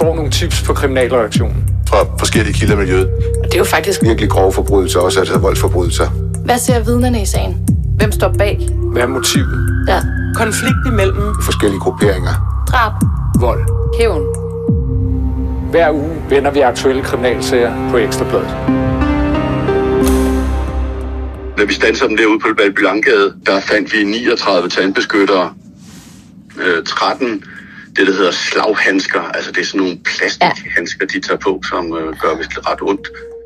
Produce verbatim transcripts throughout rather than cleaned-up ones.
får nogle tips på kriminalreaktionen fra forskellige kilder i miljøet. Og det er jo faktisk virkelig grove forbrydelser, også altså voldsforbrydelser. Hvad ser vidnerne i sagen? Hvem står bag? Hvad er motivet? Ja. Konflikt imellem forskellige grupperinger. Drab. Vold. Hævn. Hver uge vender vi aktuelle kriminalsager på Ekstra Bladet. Da vi standsede dem derude på Valby Langgade, der fandt vi niogtredive tandbeskyttere, øh, tretten det, der hedder slaghandsker. Altså det er sådan nogle plastikhandsker, de tager på, som øh, gør vist ret ondt.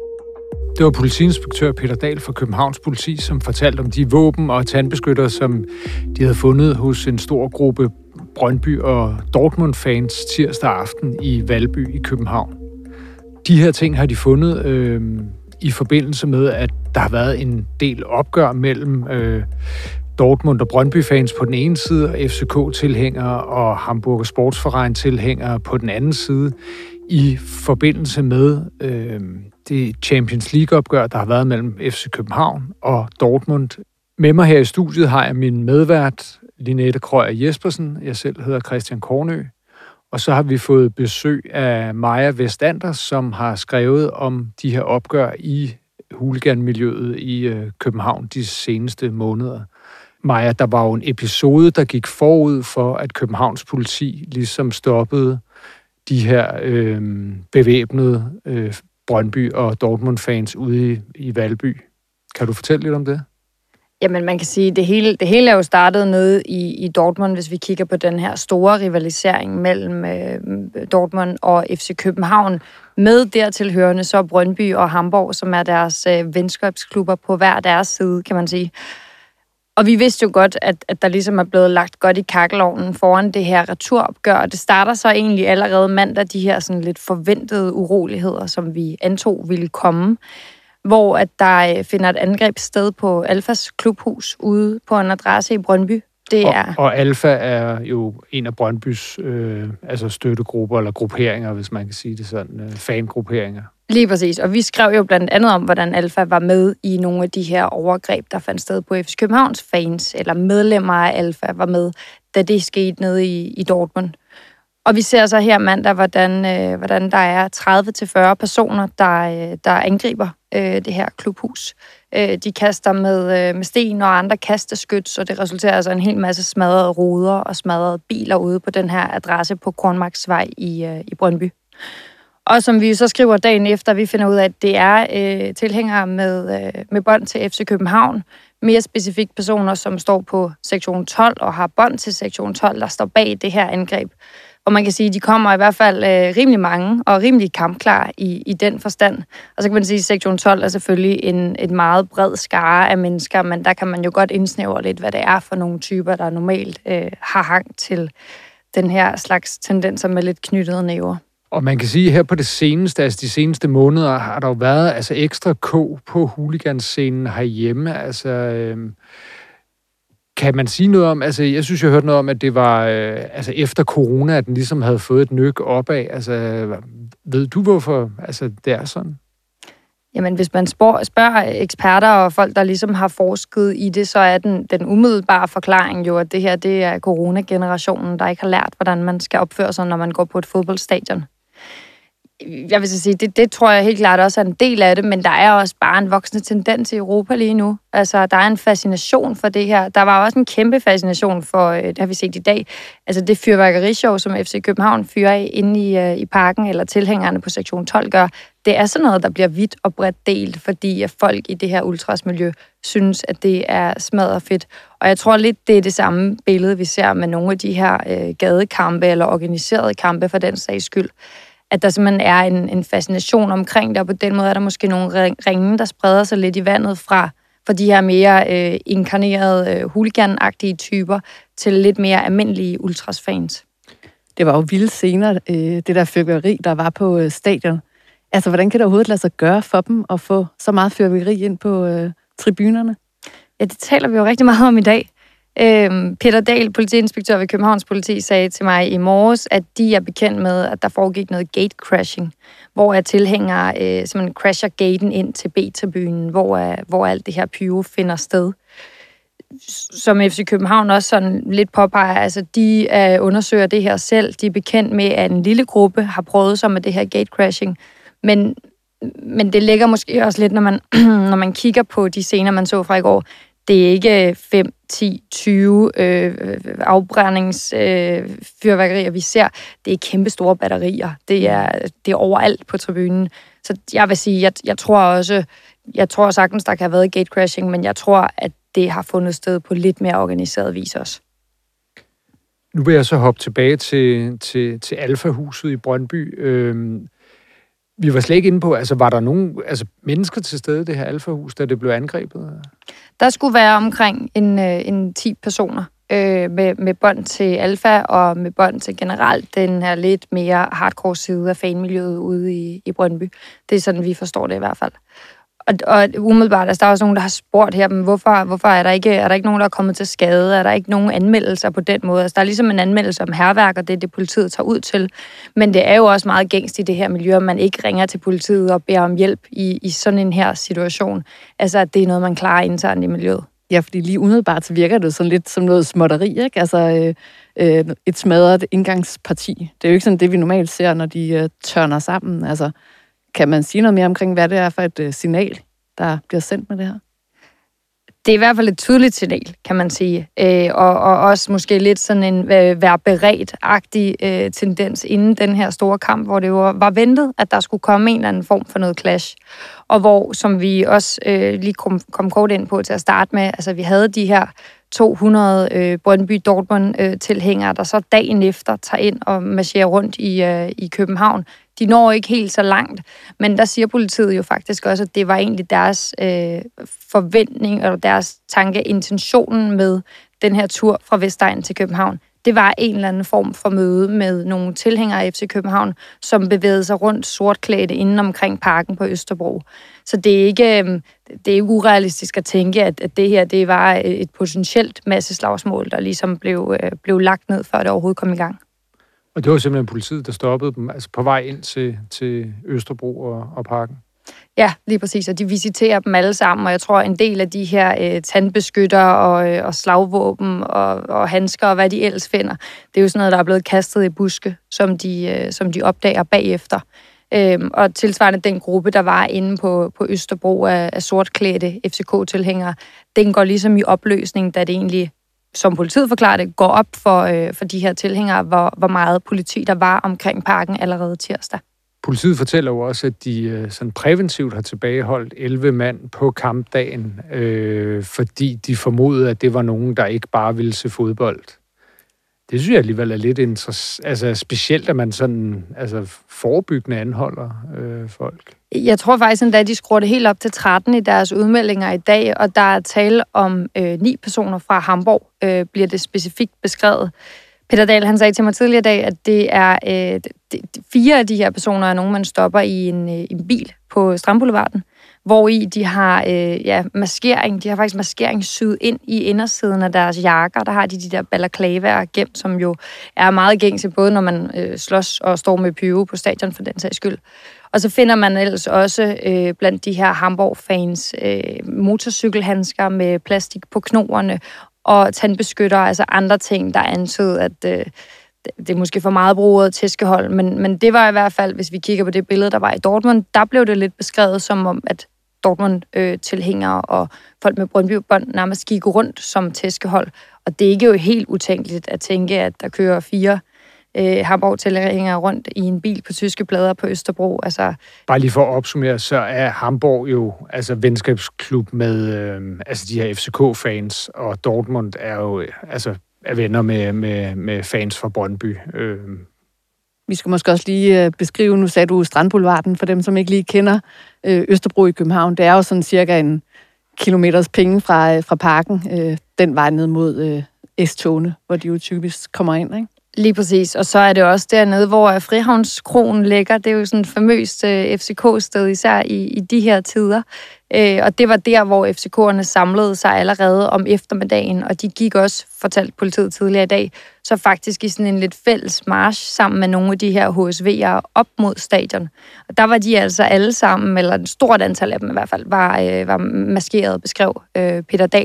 Det var politiinspektør Peter Dahl fra Københavns Politi, som fortalte om de våben og tandbeskyttere, som de havde fundet hos en stor gruppe Brøndby- og Dortmund-fans tirsdag aften i Valby i København. De her ting har de fundet øh, i forbindelse med, at der har været en del opgør mellem øh, Dortmund- og Brøndby-fans på den ene side, og F C K-tilhængere og Hamburger Sportsverein-tilhængere på den anden side, i forbindelse med øh, det Champions League-opgør, der har været mellem F C København og Dortmund. Med mig her i studiet har jeg min medvært, Linette Krøyer Jespersen. Jeg selv hedder Christian Kornø. Og så har vi fået besøg af Maja Vestander, som har skrevet om de her opgør i hooliganmiljøet i øh, København de seneste måneder. Maja, der var jo en episode, der gik forud for, at Københavns politi ligesom stoppede de her øh, bevæbnede øh, Brøndby- og Dortmund-fans ude i, i Valby. Kan du fortælle lidt om det? Jamen, man kan sige, at det hele, det hele er jo startet nede i, i Dortmund, hvis vi kigger på den her store rivalisering mellem øh, Dortmund og F C København, med dertilhørende så Brøndby og Hamburg, som er deres øh, venskabsklubber på hver deres side, kan man sige. Og vi vidste jo godt, at, at der ligesom er blevet lagt godt i kakkelovnen foran det her returopgør. Det starter så egentlig allerede mandag, de her sådan lidt forventede uroligheder, som vi antog ville komme, hvor at der finder et angreb sted på Alfas klubhus ude på en adresse i Brøndby. Det er... og, og Alfa er jo en af Brøndbys øh, altså støttegrupper, eller grupperinger, hvis man kan sige det sådan, øh, fangrupperinger. Lige præcis, og vi skrev jo blandt andet om, hvordan Alfa var med i nogle af de her overgreb, der fandt sted på F C Københavns fans, eller medlemmer af Alfa var med, da det skete nede i, i Dortmund. Og vi ser så her mandag, hvordan, øh, hvordan der er tredive til fyrre personer, der, øh, der angriber øh, det her klubhus. Øh, de kaster med, øh, med sten og andre kasteskyts, og det resulterer altså en hel masse smadrede ruder og smadrede biler ude på den her adresse på Kornmarksvej i, øh, i Brøndby. Og som vi så skriver dagen efter, vi finder ud af, at det er øh, tilhængere med, øh, med bånd til F C København, mere specifikt personer, som står på sektion tolv og har bånd til sektion tolv, der står bag det her angreb. Og man kan sige, at de kommer i hvert fald øh, rimelig mange og rimelig kampklar i, i den forstand. Og så kan man sige, at sektion tolv er selvfølgelig en et meget bred skare af mennesker, men der kan man jo godt indsnævre lidt, hvad det er for nogle typer, der normalt øh, har hang til den her slags tendenser med lidt knyttede næver. Og man kan sige, at her på det seneste, altså de seneste måneder, har der jo været altså ekstra kog på hooliganscenen herhjemme. Altså, øh, kan man sige noget om, altså jeg synes, jeg hørte noget om, at det var øh, altså efter corona, at den ligesom havde fået et nyk opad. Altså, ved du hvorfor altså, det er sådan? Jamen, hvis man spørger, spørger eksperter og folk, der ligesom har forsket i det, så er den, den umiddelbare forklaring jo, at det her, det er coronagenerationen, der ikke har lært, hvordan man skal opføre sig, når man går på et fodboldstadion. Jeg vil så sige, det, det tror jeg helt klart også er en del af det, men der er også bare en voksende tendens i Europa lige nu. Altså, der er en fascination for det her. Der var også en kæmpe fascination for, det har vi set i dag, altså det fyrværkerishow, som F C København fyrer af inde i, i parken, eller tilhængerne på sektion tolv gør. Det er sådan noget, der bliver vidt og bredt delt, fordi at folk i det her ultrasmiljø synes, at det er smadret fedt. Og jeg tror lidt, det er det samme billede, vi ser med nogle af de her øh, gadekampe, eller organiserede kampe for den sags skyld. At der simpelthen er en, en fascination omkring det, og på den måde er der måske nogle ringe, der spreder sig lidt i vandet fra, fra de her mere øh, inkarnerede, øh, hooligan-agtige typer, til lidt mere almindelige ultrasfans. Det var jo vilde scener, øh, det der fyrværkeri, der var på øh, stadion. Altså, hvordan kan det overhovedet lade sig gøre for dem at få så meget fyrværkeri ind på øh, tribunerne? Ja, det taler vi jo rigtig meget om i dag. Øhm, Peter Dahl, politiinspektør ved Københavns Politi, sagde til mig i morges, at de er bekendt med, at der foregik noget gate-crashing, hvor er tilhængere øh, simpelthen crasher gaten ind til B-tribunen, hvor, er, hvor alt det her pyro finder sted. som F C København også sådan lidt påpeger, altså de uh, undersøger det her selv. De er bekendt med, at en lille gruppe har prøvet sig med det her gatecrashing. Men, men det ligger måske også lidt, når man, når man kigger på de scener, man så fra i går. Det er ikke fem, ti, tyve øh, afbrændingsfyrværkerier, øh, vi ser. Det er kæmpe store batterier. Det er, det er overalt på tribunen. Så jeg vil sige, jeg, jeg tror også, jeg tror sagtens, der kan have været gatecrashing, men jeg tror, at det har fundet sted på lidt mere organiseret vis også. Nu vil jeg så hoppe tilbage til, til, til Alfa-huset i Brøndby. Øhm, vi var slet ikke inde på, altså var der nogen altså, mennesker til stede i det her Alfa-hus, da det blev angrebet? Der skulle være omkring en, en ti personer øh, med, med bånd til Alfa og med bånd til generelt den her lidt mere hardcore side af fanmiljøet ude i, i Brøndby. Det er sådan, vi forstår det i hvert fald. Og, og umiddelbart, altså, der er også nogen, der har spurgt her, men hvorfor, hvorfor er, der ikke, er der ikke nogen, der er kommet til skade? Er der ikke nogen anmeldelser på den måde? Altså, der er ligesom en anmeldelse om hærværk, og det er det, politiet tager ud til. Men det er jo også meget gængst i det her miljø, at man ikke ringer til politiet og beder om hjælp i, i sådan en her situation. Altså, at det er noget, man klarer internt i miljøet. Ja, fordi lige umiddelbart så virker det sådan lidt som noget småtteri, ikke? Altså øh, øh, et smadret indgangsparti. Det er jo ikke sådan det, vi normalt ser, når de øh, tørner sammen. Altså, kan man sige noget mere omkring, hvad det er for et øh, signal, der bliver sendt med det her? Det er i hvert fald et tydeligt signal, kan man sige. Øh, og, og også måske lidt sådan en øh, være beredt-agtig øh, tendens inden den her store kamp, hvor det jo var ventet, at der skulle komme en eller anden form for noget clash. Og hvor, som vi også øh, lige kom, kom kort ind på til at starte med, altså vi havde de her to hundrede øh, Brøndby-Dortmund-tilhængere, der så dagen efter tager ind og marcherer rundt i, øh, i København. De når ikke helt så langt, men der siger politiet jo faktisk også, at det var egentlig deres øh, forventning, eller deres tanke, intentionen med den her tur fra Vestegn til København. Det var en eller anden form for møde med nogle tilhængere af F C København, som bevægede sig rundt sortklædte inden omkring parken på Østerbro. Så det er ikke, det er ikke urealistisk at tænke, at, at det her det var et potentielt masseslagsmål, der ligesom blev, blev lagt ned, før det overhovedet kom i gang. Og det var simpelthen politiet, der stoppede dem, altså på vej ind til, til Østerbro og, og parken? Ja, lige præcis, og de visiterer dem alle sammen, og jeg tror, en del af de her øh, tandbeskytter og, øh, og slagvåben og, og handsker og hvad de ellers finder, det er jo sådan noget, der er blevet kastet i buske, som de, øh, som de opdager bagefter. Øhm, og tilsvarende den gruppe, der var inde på, på Østerbro af, af sortklædte F C K-tilhængere, den går ligesom i opløsning, da det egentlig, som politiet forklarer det, går op for, øh, for de her tilhængere, hvor, hvor meget politi der var omkring parken allerede tirsdag. Politiet fortæller jo også, at de sådan præventivt har tilbageholdt elleve mand på kampdagen, øh, fordi de formodede, at det var nogen, der ikke bare ville se fodbold. Det synes jeg alligevel er lidt interess- altså specielt, at man sådan altså forebyggende anholder øh, folk. Jeg tror faktisk endda, at de skruer det helt op til tretten i deres udmeldinger i dag, og der er tale om øh, ni personer fra Hamborg, øh, bliver det specifikt beskrevet. Peter Dahl, han sagde til mig tidligere i dag, at det er øh, de, fire af de her personer er nogen, man stopper i en, øh, en bil på Strandboulevarden, hvor i de har øh, ja, maskering. De har faktisk maskering syet ind i indersiden af deres jakker. Der har de de der balaklavaer gemt, som jo er meget gængse, både når man øh, slås og står med pyro på stadion for den sags skyld. Og så finder man ellers også øh, blandt de her Hamburg-fans øh, motorcykelhandsker med plastik på knoerne og tandbeskytter, altså andre ting, der antydede, at øh, det er måske for meget bruget tæskehold, men, men det var i hvert fald, hvis vi kigger på det billede, der var i Dortmund, der blev det lidt beskrevet som om, at Dortmund-tilhængere øh, og folk med Brøndby-bånd nærmest gik rundt som tæskehold. Og det er ikke jo helt utænkeligt at tænke, at der kører fire øh, Hamburg-tilhængere rundt i en bil på tyske plader på Østerbro. Altså, bare lige for at opsummere, så er Hamburg jo altså venskabsklub med øh, altså de her F C K-fans, og Dortmund er jo altså er venner med, med, med fans fra Brøndby. Øh. Vi skal måske også lige beskrive, nu sagde du Strandboulevarden, for dem, som ikke lige kender øh, Østerbro i København. Det er jo sådan cirka en kilometers penge fra, fra parken, øh, den vej ned mod øh, S-togene, hvor de jo typisk kommer ind, ikke? Lige præcis, og så er det også dernede, hvor Frihavnskroen ligger. Det er jo sådan et famøst F C K-sted, især i, i de her tider. Øh, og det var der, hvor F C K'erne samlede sig allerede om eftermiddagen, og de gik også, fortalt politiet tidligere i dag, så faktisk i sådan en lidt fælles march sammen med nogle af de her H S V'ere op mod stadion. Og der var de altså alle sammen, eller et stort antal af dem i hvert fald, var, øh, var maskeret, beskrev øh, Peter Dahl.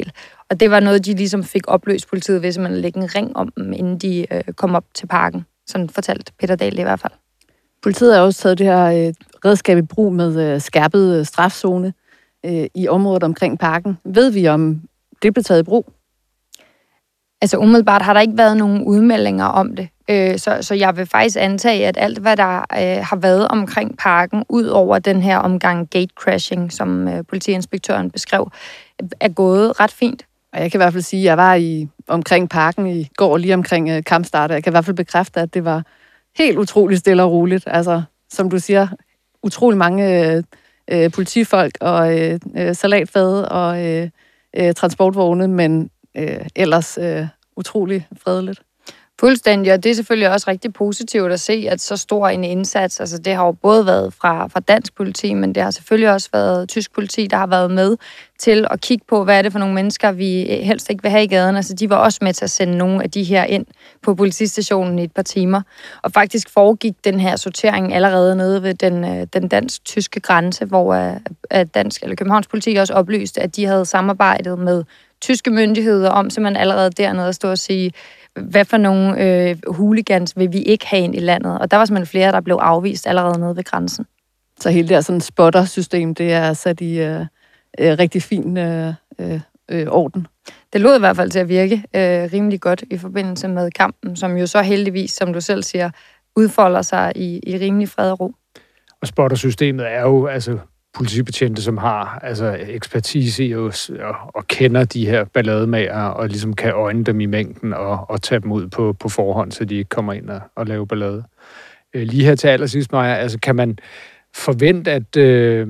Og det var noget, de ligesom fik opløst politiet ved, simpelthen at lægge en ring om dem, inden de øh, kom op til parken. Sådan fortalte Peter Dahl i hvert fald. Politiet har også taget det her øh, redskab i brug med øh, skærpet øh, strafzone øh, i området omkring parken. Ved vi, om det blev taget i brug? Altså umiddelbart har der ikke været nogen udmeldinger om det. Øh, så, så jeg vil faktisk antage, at alt, hvad der øh, har været omkring parken, ud over den her omgang gatecrashing, som øh, politiinspektøren beskrev, er gået ret fint. Og jeg kan i hvert fald sige, at jeg var i, omkring parken i går, lige omkring øh, kampstart. Jeg kan i hvert fald bekræfte, at det var helt utroligt stille og roligt. Altså, som du siger, utrolig mange øh, øh, politifolk og øh, øh, salatfade og øh, øh, transportvogne, men øh, ellers øh, utrolig fredeligt. Fuldstændig, og det er selvfølgelig også rigtig positivt at se, at så stor en indsats, altså det har jo både været fra, fra dansk politi, men det har selvfølgelig også været tysk politi, der har været med til at kigge på, hvad er det for nogle mennesker, vi helst ikke vil have i gaden. Altså de var også med til at sende nogle af de her ind på politistationen i et par timer. Og faktisk foregik den her sortering allerede nede ved den, den dansk-tyske grænse, hvor at dansk eller Københavns politi også oplyste, at de havde samarbejdet med tyske myndigheder om simpelthen allerede dernede at stå og sige, hvad for nogle øh, hooligans vil vi ikke have ind i landet. Og der var simpelthen flere, der blev afvist allerede nede ved grænsen. Så hele det her sådan spotter-system, det er sat i øh, øh, rigtig fin øh, øh, orden. Det lod i hvert fald til at virke øh, rimelig godt i forbindelse med kampen, som jo så heldigvis, som du selv siger, udfolder sig i, i rimelig fred og ro. Og spottersystemet er jo altså politibetjente, som har altså ekspertise i og, og kender de her ballademager og ligesom kan øjne dem i mængden og, og tage dem ud på, på forhånd, så de ikke kommer ind og, og laver ballade. Øh, lige her til allersidst, Maja, altså kan man forvente, at, øh,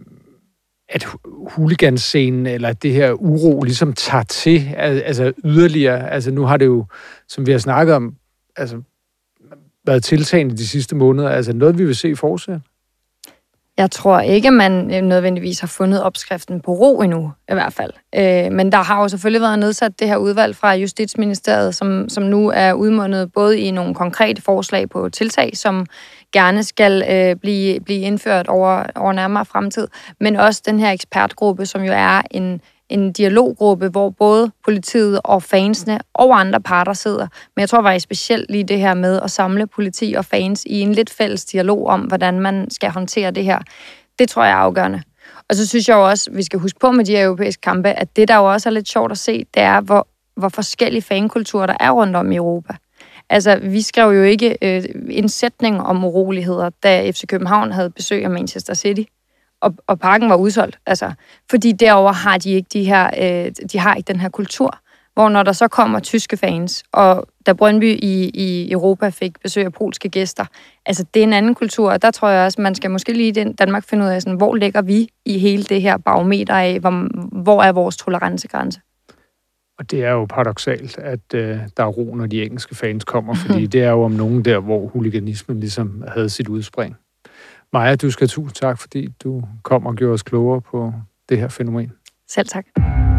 at hooliganscenen eller det her uro ligesom tager til altså yderligere? Altså nu har det jo, som vi har snakket om, altså været tiltagende de sidste måneder. Altså noget, vi vil se fortsat? Jeg tror ikke, man nødvendigvis har fundet opskriften på ro endnu, i hvert fald. Øh, men der har jo selvfølgelig været nedsat det her udvalg fra Justitsministeriet, som, som nu er udmundet både i nogle konkrete forslag på tiltag, som gerne skal øh, blive, blive indført over, over nærmere fremtid, men også den her ekspertgruppe, som jo er en en dialoggruppe, hvor både politiet og fansene og andre parter sidder. Men jeg tror faktisk specielt lige det her med at samle politi og fans i en lidt fælles dialog om, hvordan man skal håndtere det her. Det tror jeg er afgørende. Og så synes jeg jo også, vi skal huske på med de her europæiske kampe, at det, der jo også er lidt sjovt at se, det er, hvor, hvor forskellige fankulturer der er rundt om i Europa. Altså, vi skrev jo ikke øh, en sætning om uroligheder, da F C København havde besøg af Manchester City. Og, og parken var udsolgt, altså, fordi derover har de ikke de her, øh, de har ikke den her kultur, hvor når der så kommer tyske fans, og da Brøndby i, i Europa fik besøg af polske gæster, altså det er en anden kultur, og der tror jeg også, man skal måske lige i Danmark finde ud af, sådan, hvor ligger vi i hele det her barometer af, hvor, hvor er vores tolerancegrænse? Og det er jo paradoksalt, at øh, der er ro, når de engelske fans kommer, fordi det er jo om nogen der, hvor huliganismen ligesom havde sit udspring. Maja, du skal have tusind tak, fordi du kom og gjorde os klogere på det her fænomen. Selv tak.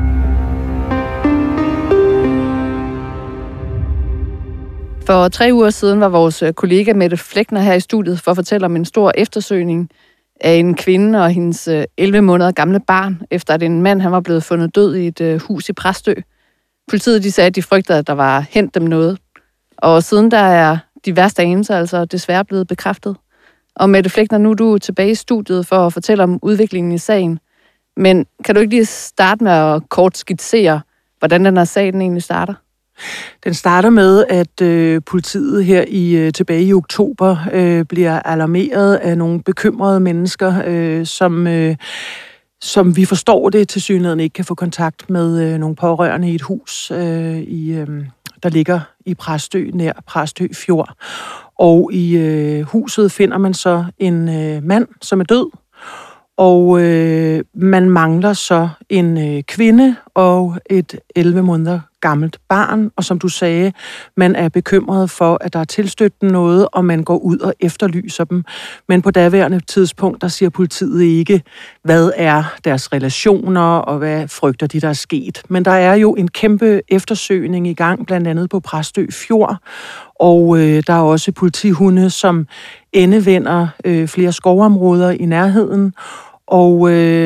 For tre uger siden var vores kollega Mette Fleckner her i studiet for at fortælle om en stor eftersøgning af en kvinde og hendes elleve måneder gamle barn, efter at en mand han var blevet fundet død i et hus i Præstø. Politiet de sagde, at de frygtede, at der var hent dem noget. Og siden der er de værste anelser altså desværre blevet bekræftet. Og Mette Fleckner, nu er du tilbage i studiet for at fortælle om udviklingen i sagen. Men kan du ikke lige starte med at kort skitsere, hvordan den her sag den egentlig starter? Den starter med, at øh, politiet her i øh, tilbage i oktober øh, bliver alarmeret af nogle bekymrede mennesker, øh, som, øh, som vi forstår det tilsyneladende ikke kan få kontakt med øh, nogle pårørende i et hus, øh, i, øh, der ligger i Præstø, nær Præstø Fjord. Og i øh, huset finder man så en øh, mand, som er død, og øh, man mangler så en øh, kvinde og et elleve måneder gammelt barn. Og som du sagde, man er bekymret for, at der er tilstødt noget, og man går ud og efterlyser dem. Men på daværende tidspunkt, der siger politiet ikke, hvad er deres relationer, og hvad frygter de, der er sket. Men der er jo en kæmpe eftersøgning i gang, blandt andet på Præstø Fjord. Og øh, der er også politihunde, som endevender øh, flere skovområder i nærheden. Og øh,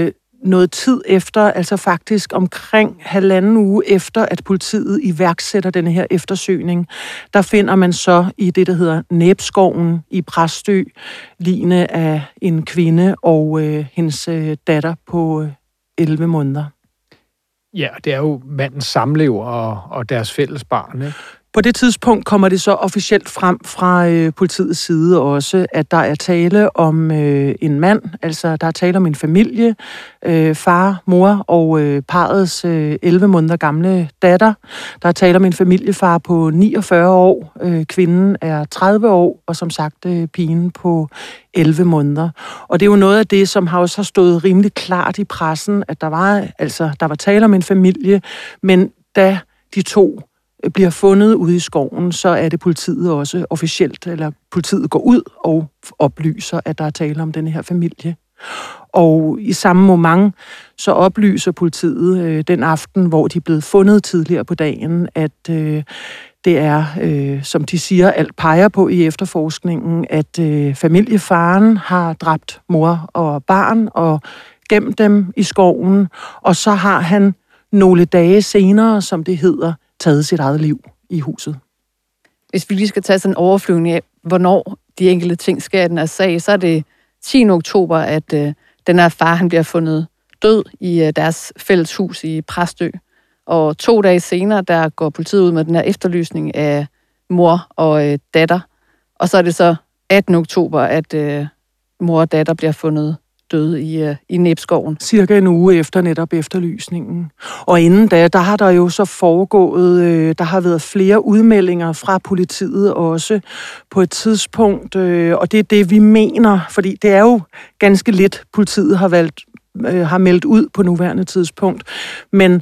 noget tid efter, altså faktisk omkring halvanden uge efter, at politiet iværksætter denne her eftersøgning, der finder man så i det, der hedder Næbskoven i Præstø, ligene af en kvinde og øh, hendes øh, datter på øh, elleve måneder. Ja, det er jo mandens samlever og, og deres fælles barn, ikke? På det tidspunkt kommer det så officielt frem fra øh, politiets side også, at der er tale om øh, en mand, altså der er tale om en familie, øh, far, mor og øh, parrets øh, elleve måneder gamle datter. Der er tale om en familiefar på niogfyrre år, øh, kvinden er tredive år, og som sagt øh, pigen på elleve måneder. Og det er jo noget af det, som har også har stået rimelig klart i pressen, at der var, altså, der var tale om en familie, men da de to bliver fundet ude i skoven, så er det politiet også officielt, eller politiet går ud og oplyser, at der er tale om den her familie. Og i samme moment, så oplyser politiet øh, den aften, hvor de er blevet fundet tidligere på dagen, at øh, det er, øh, som de siger, alt peger på i efterforskningen, at øh, familiefaren har dræbt mor og barn og gemt dem i skoven, og så har han nogle dage senere, som det hedder, taget sit eget liv i huset. Hvis vi lige skal tage sådan en overflyvning af, hvornår de enkelte ting sker i den her sag, så er det tiende oktober, at øh, den her far han bliver fundet død i øh, deres fælles hus i Præstø. Og to dage senere, der går politiet ud med den her efterlysning af mor og øh, datter. Og så er det så attende oktober, at øh, mor og datter bliver fundet døde i, uh, i Næbskoven. Cirka en uge efter netop efterlysningen. Og inden da, der har der jo så foregået, øh, der har været flere udmeldinger fra politiet også på et tidspunkt, øh, og det er det, vi mener, fordi det er jo ganske lidt, politiet har, valgt, øh, har meldt ud på nuværende tidspunkt. Men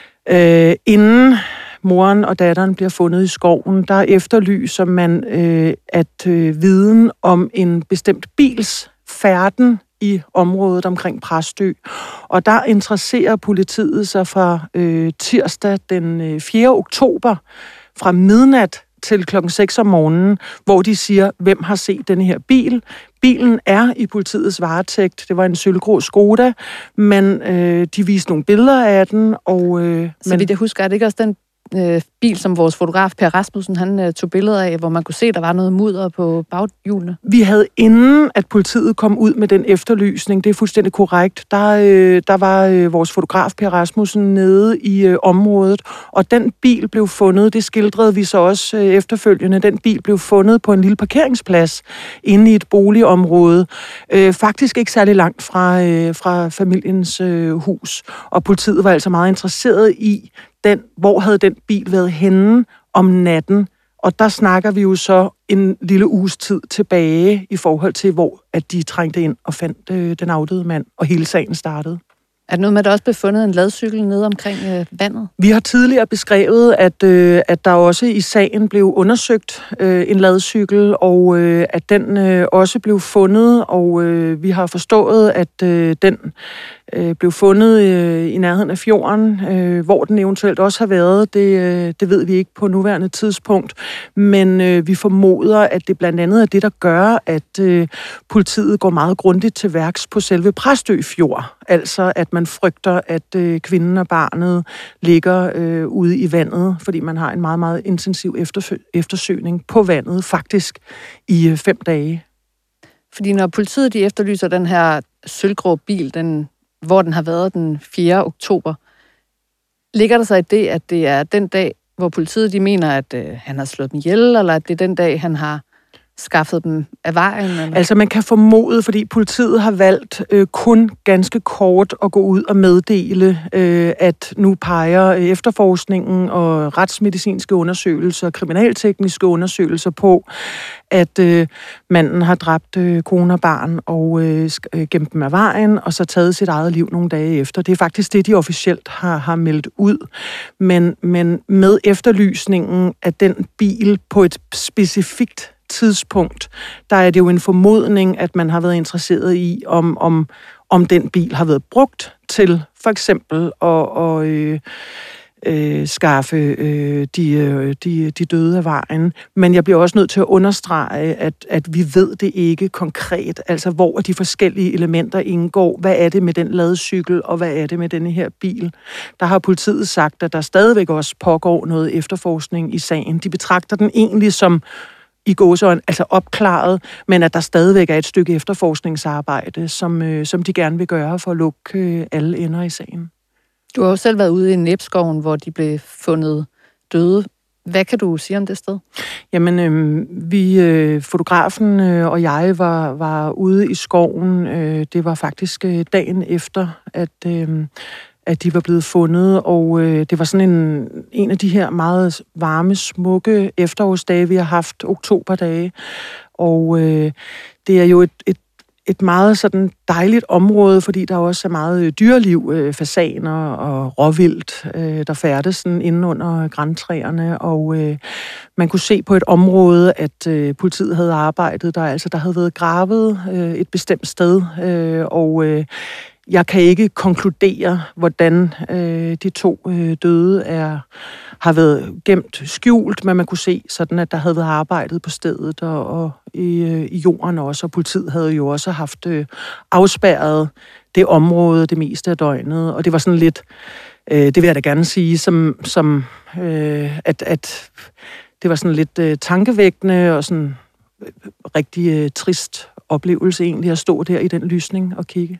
øh, inden moren og datteren bliver fundet i skoven, der efterlyser man, øh, at øh, viden om en bestemt bils færden i området omkring Præstø. Og der interesserer politiet sig fra øh, tirsdag den øh, fjerde oktober fra midnat til klokken seks om morgenen, hvor de siger, hvem har set den her bil. Bilen er i politiets varetægt. Det var en sølvgrå Skoda, men øh, de viste nogle billeder af den. Og, øh, Så men... vidt jeg husker, er det ikke også den øh, bil, som vores fotograf Per Rasmussen han øh, tog billeder af, hvor man kunne se, at der var noget mudder på baghjulene? Vi havde inden, at politiet kom ud med den efterlysning, det er fuldstændig korrekt, der, øh, der var øh, vores fotograf Per Rasmussen nede i øh, området, og den bil blev fundet, det skildrede vi så også øh, efterfølgende, den bil blev fundet på en lille parkeringsplads inde i et boligområde, øh, faktisk ikke særlig langt fra, øh, fra familiens øh, hus, og politiet var altså meget interesseret i, den, hvor havde den bil været henne om natten. Og der snakker vi jo så en lille uges tid tilbage i forhold til, hvor at de trængte ind og fandt øh, den afdøde mand, og hele sagen startede. Er det noget med, at der også blev fundet en ladcykel nede omkring øh, vandet? Vi har tidligere beskrevet, at, øh, at der også i sagen blev undersøgt øh, en ladcykel, og øh, at den øh, også blev fundet, og øh, vi har forstået, at øh, den øh, blev fundet øh, i nærheden af fjorden. Øh, hvor den eventuelt også har været, det, øh, det ved vi ikke på nuværende tidspunkt, men øh, vi formoder, at det blandt andet er det, der gør, at øh, politiet går meget grundigt til værks på selve Præstø Fjord, altså at man frygter, at øh, kvinden og barnet ligger øh, ude i vandet, fordi man har en meget, meget intensiv eftersø- eftersøgning på vandet, faktisk i øh, fem dage. Fordi når politiet de efterlyser den her sølvgrå bil, den, hvor den har været den fjerde oktober, ligger der så i det, at det er den dag, hvor politiet de mener, at øh, han har slået dem ihjel, eller at det er den dag, han har skaffet dem af vejen? Eller? Altså man kan formode, fordi politiet har valgt øh, kun ganske kort at gå ud og meddele, øh, at nu peger efterforskningen og retsmedicinske undersøgelser, kriminaltekniske undersøgelser på, at øh, manden har dræbt øh, kone og barn og øh, gemt dem af vejen, og så taget sit eget liv nogle dage efter. Det er faktisk det, de officielt har, har meldt ud. Men, men med efterlysningen af den bil på et specifikt tidspunkt, der er det jo en formodning, at man har været interesseret i, om, om, om den bil har været brugt til for eksempel at, og, øh, øh, skaffe øh, de, øh, de, de døde af vejen. Men jeg bliver også nødt til at understrege, at, at vi ved det ikke konkret, altså hvor de forskellige elementer indgår. Hvad er det med den ladcykel, og hvad er det med denne her bil? Der har politiet sagt, at der stadigvæk også pågår noget efterforskning i sagen. De betragter den egentlig som i gåseøjne, altså opklaret, men at der stadigvæk er et stykke efterforskningsarbejde, som, øh, som de gerne vil gøre for at lukke øh, alle ender i sagen. Du har jo selv været ude i Næbskoven, hvor de blev fundet døde. Hvad kan du sige om det sted? Jamen, øh, vi, øh, fotografen øh, og jeg var, var ude i skoven. Øh, det var faktisk øh, dagen efter, at, øh, at de var blevet fundet, og øh, det var sådan en, en af de her meget varme, smukke efterårsdage, vi har haft, oktoberdage. Og øh, det er jo et, et et meget sådan dejligt område, fordi der også er meget dyreliv, øh, fasaner og råvildt, øh, der færdes sådan inde under grantræerne, og øh, man kunne se på et område, at øh, politiet havde arbejdet der, altså der havde været gravet øh, et bestemt sted, øh, og øh, jeg kan ikke konkludere, hvordan øh, de to øh, døde er, har været gemt skjult, men man kunne se sådan, at der havde været arbejdet på stedet og, og i, øh, i jorden også, og politiet havde jo også haft øh, afspærret det område det meste af døgnet, og det var sådan lidt, øh, det vil jeg da gerne sige, som, som øh, at, at det var sådan lidt øh, tankevækkende og sådan øh, rigtig øh, trist oplevelse egentlig at stå der i den lysning og kigge.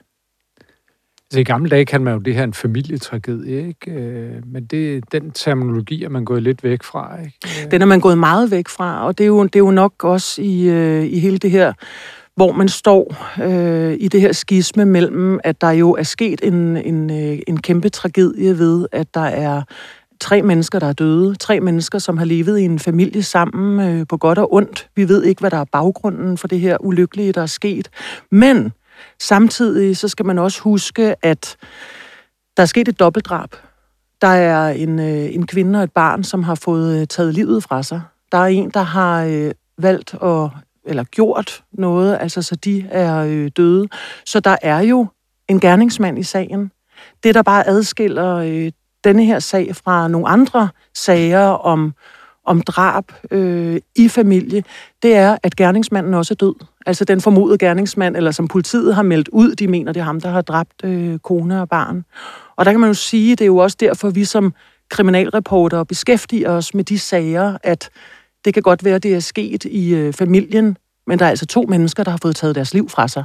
Så i gamle dage kan man jo det her en familietragedie, ikke? Men det, den terminologi er man gået lidt væk fra, ikke? Den er man gået meget væk fra, og det er jo, det er jo nok også i, i hele det her, hvor man står øh, i det her skisme mellem, at der jo er sket en, en, en kæmpe tragedie ved, at der er tre mennesker, der er døde. Tre mennesker, som har levet i en familie sammen øh, på godt og ondt. Vi ved ikke, hvad der er baggrunden for det her ulykkelige, der er sket. Men samtidig så skal man også huske, at der er sket et dobbeltdrab. Der er en, øh, en kvinde og et barn, som har fået taget livet fra sig. Der er en, der har øh, valgt at, eller gjort noget, altså så de er øh, døde. Så der er jo en gerningsmand i sagen. Det, der bare adskiller øh, denne her sag fra nogle andre sager om, om drab øh, i familie, det er, at gerningsmanden også er død. Altså den formodede gerningsmand, eller som politiet har meldt ud, de mener, det er ham, der har dræbt øh, kone og barn. Og der kan man jo sige, det er jo også derfor, vi som kriminalreportere beskæftiger os med de sager, at det kan godt være, det er sket i øh, familien, men der er altså to mennesker, der har fået taget deres liv fra sig.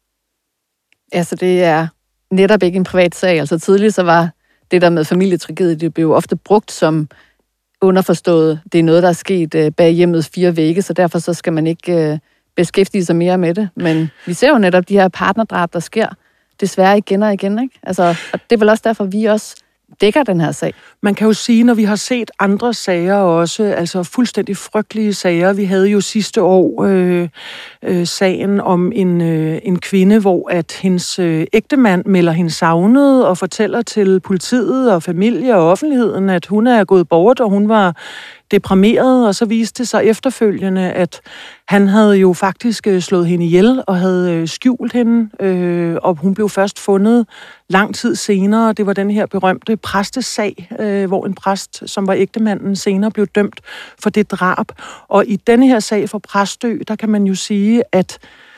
Altså det er netop ikke en privat sag. Altså tidligere så var det der med familietragedie, det blev jo ofte brugt som underforstået. Det er noget, der er sket bag hjemmets fire vægge, så derfor så skal man ikke beskæftige sig mere med det. Men vi ser jo netop de her partnerdrab, der sker desværre igen og igen, ikke? Altså, og det er vel også derfor, vi også dækker den her sag. Man kan jo sige, når vi har set andre sager også, altså fuldstændig frygtelige sager. Vi havde jo sidste år øh, øh, sagen om en, øh, en kvinde, hvor at hendes øh, ægtemand melder hende savnet og fortæller til politiet og familie og offentligheden, at hun er gået bort, og hun var deprimeret, og så viste det sig efterfølgende, at han havde jo faktisk slået hende ihjel og havde skjult hende, øh, og hun blev først fundet lang tid senere. Det var den her berømte præstesag, øh, hvor en præst, som var ægtemanden, senere blev dømt for det drab. Og i denne her sag for Præstø, der kan man jo sige, at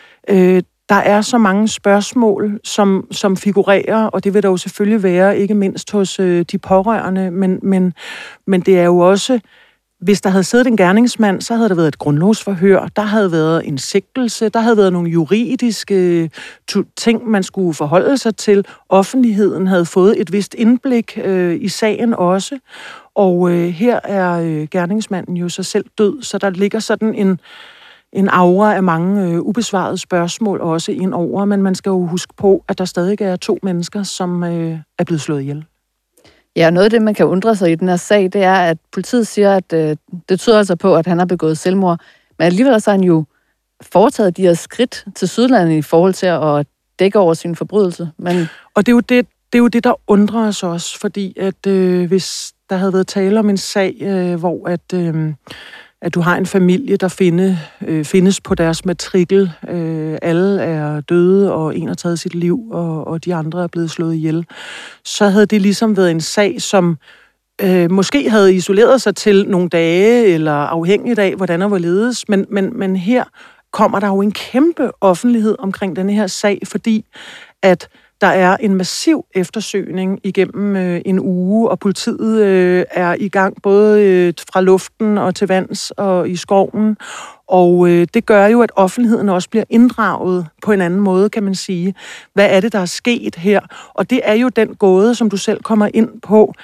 øh, der er så mange spørgsmål, som, som figurerer, og det vil der jo selvfølgelig være, ikke mindst hos øh, de pårørende, men, men, men det er jo også, hvis der havde siddet en gerningsmand, så havde der været et grundlovsforhør, der havde været en sigtelse, der havde været nogle juridiske ting, man skulle forholde sig til. Offentligheden havde fået et vist indblik øh, i sagen også, og øh, her er øh, gerningsmanden jo så selv død, så der ligger sådan en, en aura af mange øh, ubesvarede spørgsmål også ind over, men man skal jo huske på, at der stadig er to mennesker, som øh, er blevet slået ihjel. Ja, noget af det, man kan undre sig i den her sag, det er, at politiet siger, at øh, det tyder altså på, at han har begået selvmord. Men alligevel så har han jo foretaget de her skridt til Sydlandet i forhold til at dække over sin forbrydelse. Men... Og det er, jo det, det er jo det, der undrer os også, fordi at øh, hvis der havde været tale om en sag, øh, hvor at... Øh, at du har en familie, der finde, øh, findes på deres matrikel. Øh, alle er døde, og en har taget sit liv, og, og de andre er blevet slået ihjel. Så havde det ligesom været en sag, som øh, måske havde isoleret sig til nogle dage, eller afhængigt af, hvordan der var ledes, men, men, men her kommer der jo en kæmpe offentlighed omkring denne her sag, fordi at der er en massiv eftersøgning igennem øh, en uge, og politiet øh, er i gang både øh, fra luften og til vands og i skoven. Og øh, det gør jo, at offentligheden også bliver inddraget på en anden måde, kan man sige. Hvad er det, der er sket her? Og det er jo den gåde, som du selv kommer ind på.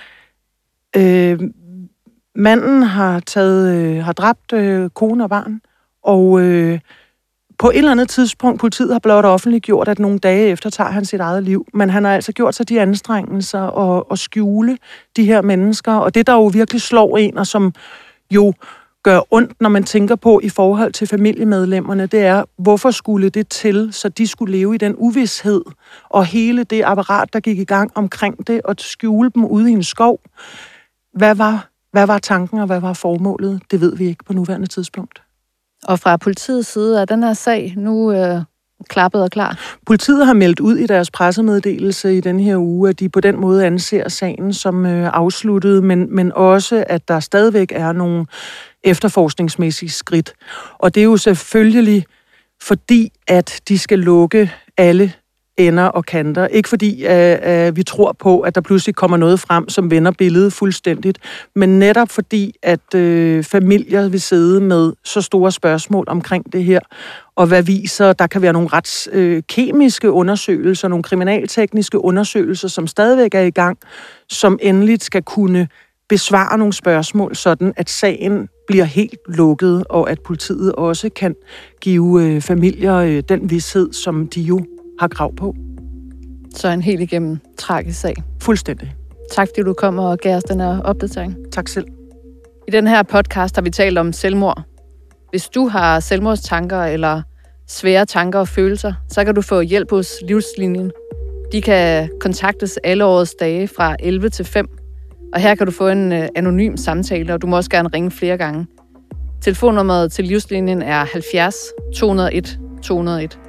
Øh, manden har taget, øh, har dræbt øh, kone og barn, og øh, på et eller andet tidspunkt, politiet har blot offentliggjort, at nogle dage efter tager han sit eget liv. Men han har altså gjort sig de anstrengelser og, og skjule de her mennesker. Og det, der jo virkelig slår en, og som jo gør ondt, når man tænker på i forhold til familiemedlemmerne, det er, hvorfor skulle det til, så de skulle leve i den uvished, og hele det apparat, der gik i gang omkring det, og skjule dem ude i en skov. Hvad var, hvad var tanken, og hvad var formålet? Det ved vi ikke på nuværende tidspunkt. Og fra politiets side er den her sag nu øh, klappet og klar? Politiet har meldt ud i deres pressemeddelelse i den her uge, at de på den måde anser sagen som øh, afsluttet, men, men også, at der stadigvæk er nogle efterforskningsmæssige skridt. Og det er jo selvfølgelig fordi, at de skal lukke alle ender og kanter. Ikke fordi uh, uh, vi tror på, at der pludselig kommer noget frem, som vender billedet fuldstændigt, men netop fordi, at uh, familier vil sidde med så store spørgsmål omkring det her, og hvad viser, der kan være nogle ret uh, kemiske undersøgelser, nogle kriminaltekniske undersøgelser, som stadigvæk er i gang, som endeligt skal kunne besvare nogle spørgsmål, sådan at sagen bliver helt lukket, og at politiet også kan give uh, familier uh, den vished, som de jo har krav på. Så en helt igennem tragisk sag. Fuldstændig. Tak fordi du kom og gav os den her opdatering. Tak selv. I den her podcast har vi talt om selvmord. Hvis du har selvmordstanker eller svære tanker og følelser, så kan du få hjælp hos Livslinjen. De kan kontaktes alle årets dage fra elleve til fem. Og her kan du få en anonym samtale, og du må også gerne ringe flere gange. Telefonnummeret til Livslinjen er halvfjerds to nul et to nul et.